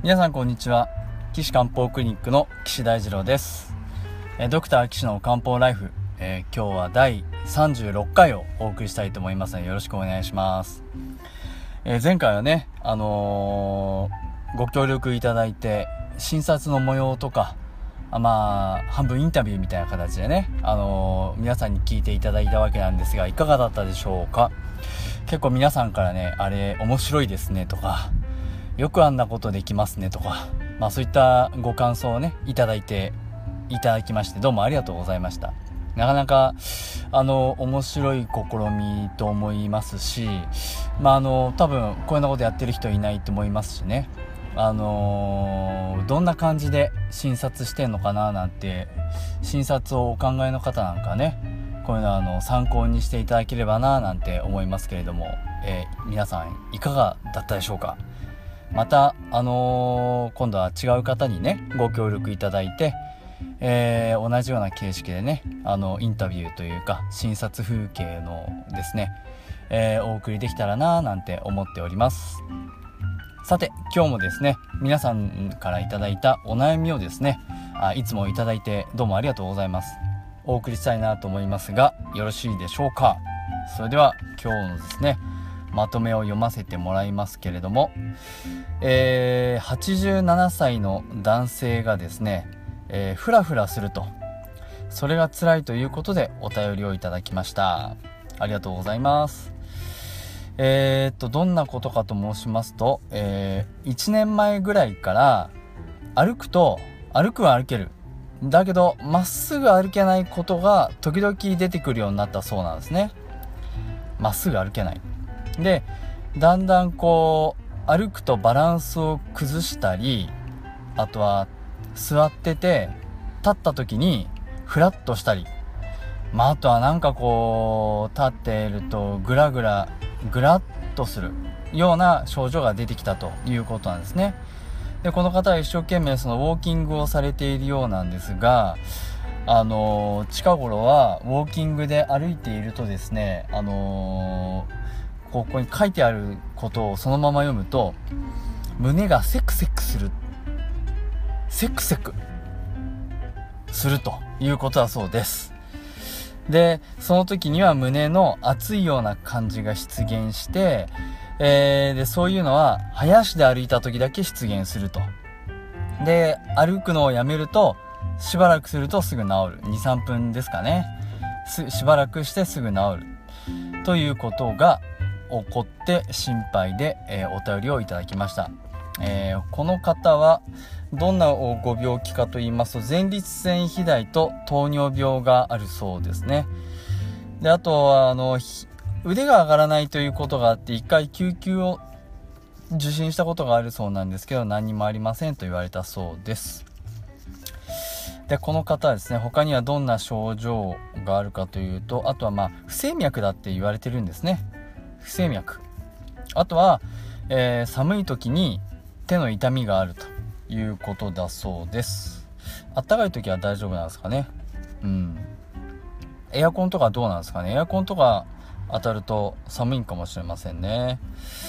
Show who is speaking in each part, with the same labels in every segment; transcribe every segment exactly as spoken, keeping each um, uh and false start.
Speaker 1: 皆さんこんにちは。岸漢方クリニックの岸大二郎です。えドクター岸の漢方ライフ、えー、今日はだいさんじゅうろっかいをお送りしたいと思いますのでよろしくお願いします。えー、前回はね、あのー、ご協力いただいて診察の模様とかあまあ半分インタビューみたいな形でね、あのー、皆さんに聞いていただいたわけなんですが、いかがだったでしょうか。結構皆さんからね、あれ面白いですねとか、よくあんなことできますねとか、まあそういったご感想をねいただいていただきまして、どうもありがとうございました。なかなかあの面白い試みと思いますし、まああの多分こんなことやってる人いないと思いますしね、あのー、どんな感じで診察してんのかななんて、診察をお考えの方なんかね、こういうのはあの参考にしていただければななんて思いますけれども、えー、皆さんいかがだったでしょうか。またあのー、今度は違う方にねご協力いただいて、えー、同じような形式でね、あのインタビューというか診察風景のですね、えー、お送りできたらななんて思っております。さて今日もですね、皆さんからいただいたお悩みをですね、あいつもいただいてどうもありがとうございます。お送りしたいなと思いますが、よろしいでしょうか。それでは今日のですねまとめを読ませてもらいますけれども、えー、はちじゅうななさいの男性がですね、えー、フラフラすると、それが辛いということでお便りをいただきました。ありがとうございます。えー、っとどんなことかと申しますと、えー、いちねんまえぐらいから歩くと歩くは歩けるだけどまっすぐ歩けないことが時々出てくるようになったそうなんですね。まっすぐ歩けないで、だんだんこう歩くとバランスを崩したり、あとは座ってて立った時にフラッとしたり、まあ、あとはなんかこう立っているとグラグラグラッとするような症状が出てきたということなんですね。でこの方は一生懸命そのウォーキングをされているようなんですが、あの近頃はウォーキングで歩いているとですね、あのーここに書いてあることをそのまま読むと、胸がセクセクするセクセクするということだそうです。でその時には胸の熱いような感じが出現して、えー、でそういうのは早足で歩いた時だけ出現すると。で歩くのをやめるとしばらくするとすぐ治る、 にさんぷんですかね、すしばらくしてすぐ治るということが起こって心配で、えー、お便りをいただきました。えー、この方はどんなご病気かと言いますと、前立腺肥大と糖尿病があるそうですね。であとはあの腕が上がらないということがあって、一回救急を受診したことがあるそうなんですけど、何にもありませんと言われたそうです。でこの方はですね、他にはどんな症状があるかというと、あとはまあ不整脈だって言われてるんですね。不整脈、あとは、えー、寒い時に手の痛みがあるということだそうです。あったかい時は大丈夫なんですかね。うんエアコンとかどうなんですかね。エアコンとか当たると寒いかもしれませんね。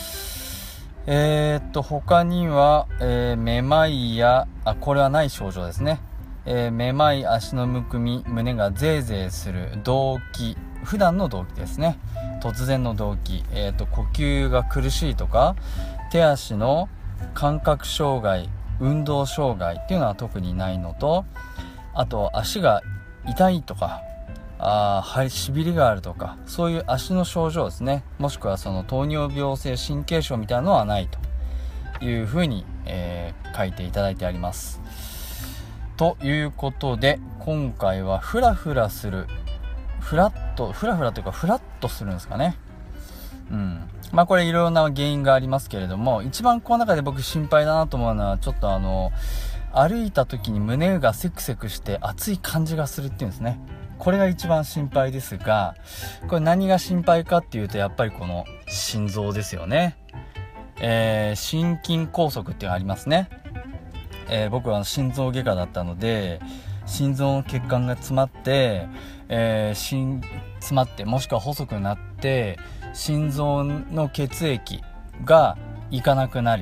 Speaker 1: えー、っと他には、えー、めまいやあこれはない症状ですね。えー、めまい、足のむくみ、胸がゼーゼーする、動悸、普段の動悸ですね、突然の動悸、えー、と呼吸が苦しいとか、手足の感覚障害、運動障害っていうのは特にないのと、あと足が痛いとか、あはいしびれがあるとか、そういう足の症状ですね、もしくはその糖尿病性神経症みたいなのはないというふうに、えー、書いていただいてあります。ということで今回はフラフラする、フラッとフラフラというかフラッとするんですかね。うんまあこれいろいろな原因がありますけれども、一番この中で僕心配だなと思うのは、ちょっとあの歩いた時に胸がセクセクして熱い感じがするっていうんですね。これが一番心配ですが、これ何が心配かっていうと、やっぱりこの心臓ですよね。えー、心筋梗塞っていうのがありますね。えー、僕は心臓外科だったので、心臓の血管が詰まって、えー、心詰まってもしくは細くなって心臓の血液がいかなくなり、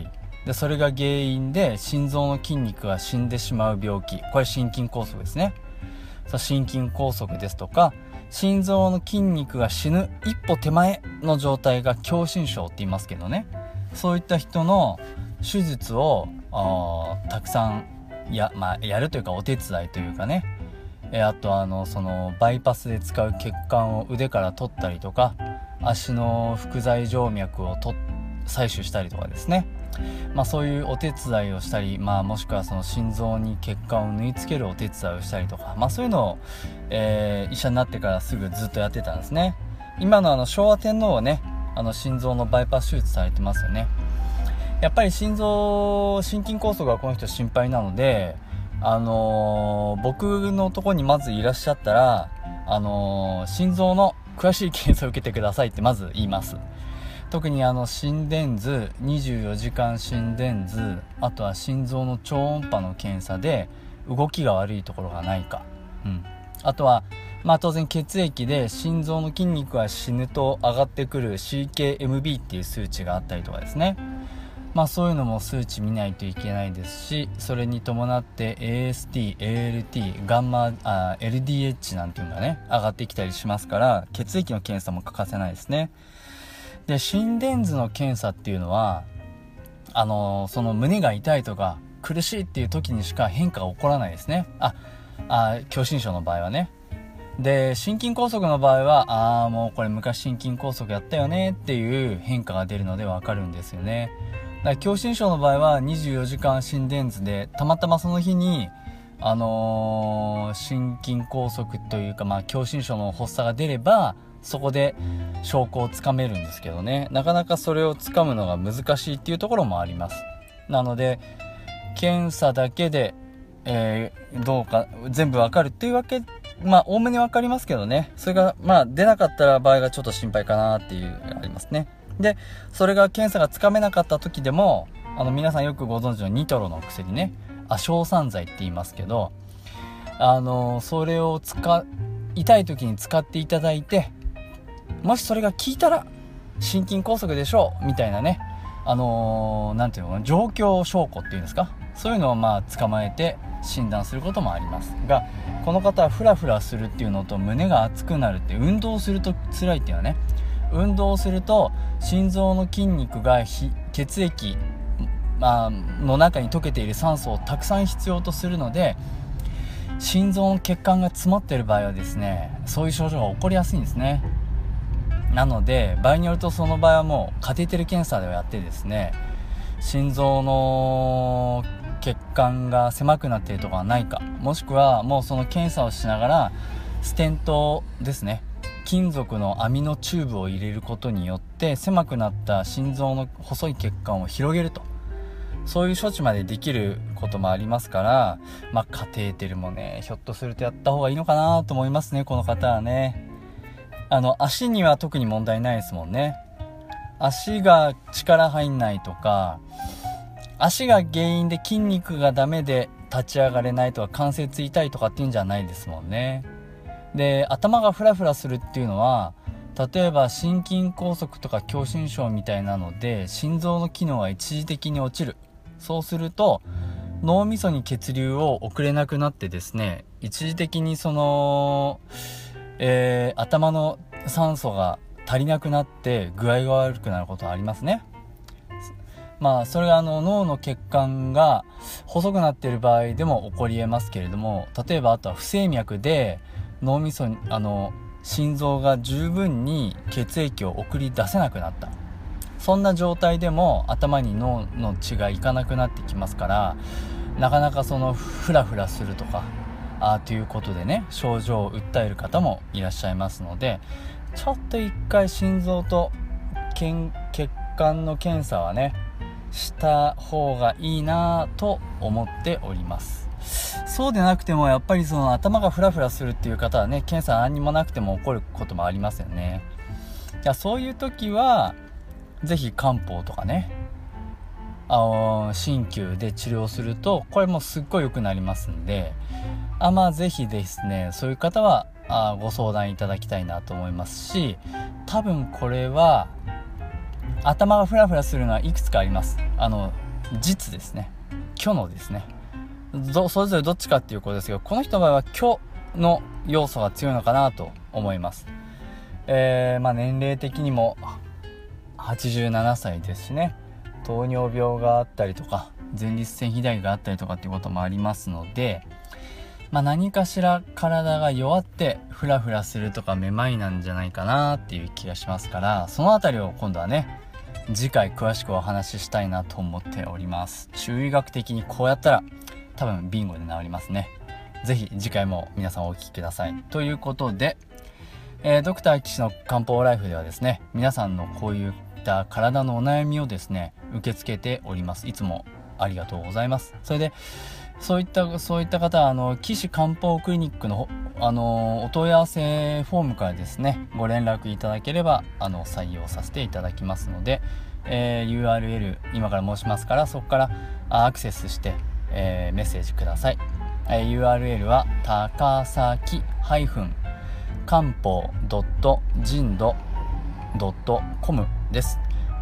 Speaker 1: でそれが原因で心臓の筋肉が死んでしまう病気、これ心筋梗塞ですね。さ心筋梗塞ですとか、心臓の筋肉が死ぬ一歩手前の状態が狭心症って言いますけどね、そういった人の手術をたくさん や,、まあ、やるというかお手伝いというかね、えあとあのそのバイパスで使う血管を腕から取ったりとか、足の副大静脈をと採取したりとかですね、まあ、そういうお手伝いをしたり、まあ、もしくはその心臓に血管を縫い付けるお手伝いをしたりとか、まあ、そういうのを、えー、医者になってからすぐずっとやってたんですね。今のあの昭和天皇はね、あの心臓のバイパス手術されてますよね。やっぱり心臓心筋梗塞がこの人心配なので、あのー、僕のところにまずいらっしゃったら、あのー、心臓の詳しい検査を受けてくださいってまず言います。特にあの心電図、にじゅうよじかん心電図、あとは心臓の超音波の検査で動きが悪いところがないか、うん、あとはまあ当然血液で心臓の筋肉が死ぬと上がってくる シーケーエムビー っていう数値があったりとかですね、まあそういうのも数値見ないといけないですし、それに伴って エーエスティー、エーエルティー、ガンマあ エルディーエイチ なんていうのがね上がってきたりしますから、血液の検査も欠かせないですね。で心電図の検査っていうのはあのー、その胸が痛いとか苦しいっていう時にしか変化が起こらないですね。ああ狭心症の場合はね。で心筋梗塞の場合はああもうこれ昔心筋梗塞やったよねっていう変化が出るのでわかるんですよね。だから狭心症の場合はにじゅうよじかん心電図でたまたまその日にあのー、心筋梗塞というか、まあ、狭心症の発作が出ればそこで証拠をつかめるんですけどね、なかなかそれをつかむのが難しいっていうところもあります。なので検査だけで、えー、どうか全部わかるっていうわけ、まあ多めにわかりますけどね、それがまあ出なかったら場合がちょっと心配かなっていうのがありますね。でそれが検査がつかめなかった時でも、あの皆さんよくご存知のニトロの薬ね、あ硝酸剤って言いますけど、あのそれを使痛い時に使っていただいて、もしそれが効いたら心筋梗塞でしょうみたいなね、あのー、なんていうのかな、状況証拠っていうんですか、そういうのをまあ捕まえて診断することもありますが、この方はフラフラするっていうのと胸が熱くなるって、運動すると辛いっていうのはね、運動すると心臓の筋肉が血液、まあ、の中に溶けている酸素をたくさん必要とするので、心臓の血管が詰まっている場合はですね、そういう症状が起こりやすいんですね。なので場合によるとその場合はもうカテーテル検査ではやってですね、心臓の血管が狭くなっているところがないか、もしくはもうその検査をしながらステントですね、金属の網のチューブを入れることによって狭くなった心臓の細い血管を広げると、そういう処置までできることもありますから、まあ、カテーテルもねひょっとするとやった方がいいのかなと思いますね。この方はね、あの足には特に問題ないですもんね。足が力入んないとか、足が原因で筋肉がダメで立ち上がれないとか関節痛いとかっていうんじゃないですもんね。で頭がフラフラするっていうのは、例えば心筋梗塞とか狭心症みたいなので心臓の機能が一時的に落ちる、そうすると脳みそに血流を送れなくなってですね、一時的にその、えー、頭の酸素が足りなくなって具合が悪くなることはありますね。まあそれがあの脳の血管が細くなっている場合でも起こり得ますけれども、例えばあとは不整脈で脳みそにあの心臓が十分に血液を送り出せなくなった、そんな状態でも頭に脳の血がいかなくなってきますから、なかなかそのフラフラするとかあということでね、症状を訴える方もいらっしゃいますので、ちょっと一回心臓と血管の検査はねした方がいいなと思っております。そうでなくてもやっぱりその頭がフラフラするっていう方はね、検査何にもなくても起こることもありますよね。いやそういう時はぜひ漢方とかね、あ鍼灸で治療するとこれもすっごい良くなりますんで、あまあぜひですね、そういう方はあご相談いただきたいなと思いますし、多分これは頭がフラフラするのはいくつかあります。あの実ですね。虚のですね。どそれぞれどっちかっていうことですけど、この人の場合は虚の要素が強いのかなと思います。えー、まあ年齢的にもはちじゅうななさいですしね、糖尿病があったりとか前立腺肥大があったりとかっていうこともありますので、まあ、何かしら体が弱ってフラフラするとかめまいなんじゃないかなっていう気がしますから、そのあたりを今度はね次回詳しくお話ししたいなと思っております。中医学的にこうやったら多分ビンゴで治りますね。ぜひ次回も皆さんお聞きください。ということで、えー、ドクター岸の漢方ライフではですね、皆さんのこういった体のお悩みをですね受け付けております。いつもありがとうございます。それでそういったそういった方はあの岸漢方クリニックのあのお問い合わせフォームからですねご連絡いただければあの採用させていただきますので、えー、ユーアールエル 今から申しますから、そこからアクセスして、えー、メッセージください。えー、ユーアールエル は高崎漢方 .jindo ドットコム です。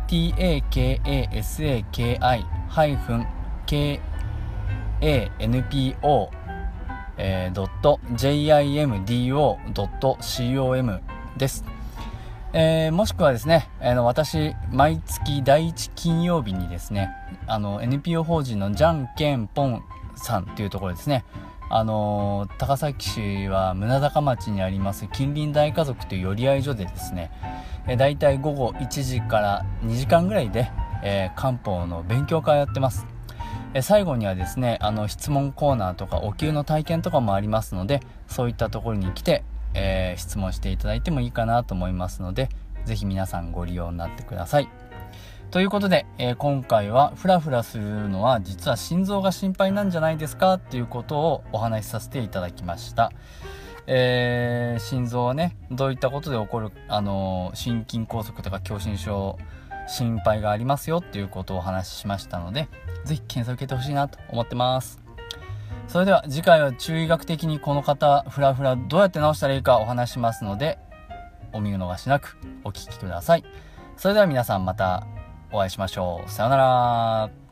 Speaker 1: takasaki-kanpo えー、.jimdo.com です。えー、もしくはですね、あの私毎月だいいち金曜日にですね、あの エヌピーオー 法人のじゃんけんぽんさんというところですね、あの高崎市は宗像町にあります近隣大家族という寄り合い所でですね、えー、だいたい午後いちじからにじかんぐらいで、えー、漢方の勉強会をやってます。えー、最後にはですね、あの質問コーナーとかお灸の体験とかもありますので、そういったところに来て、えー、質問していただいてもいいかなと思いますので、ぜひ皆さんご利用になってください。ということで、えー、今回はフラフラするのは実は心臓が心配なんじゃないですかっていうことをお話しさせていただきました。えー、心臓はねどういったことで起こる、あのー、心筋梗塞とか狭心症心配がありますよっていうことをお話ししましたので、ぜひ検査受けてほしいなと思ってます。それでは次回は中医学的にこの方フラフラどうやって治したらいいかお話しますので、お見逃しなくお聞きください。それでは皆さんまたお会いしましょう。さようなら。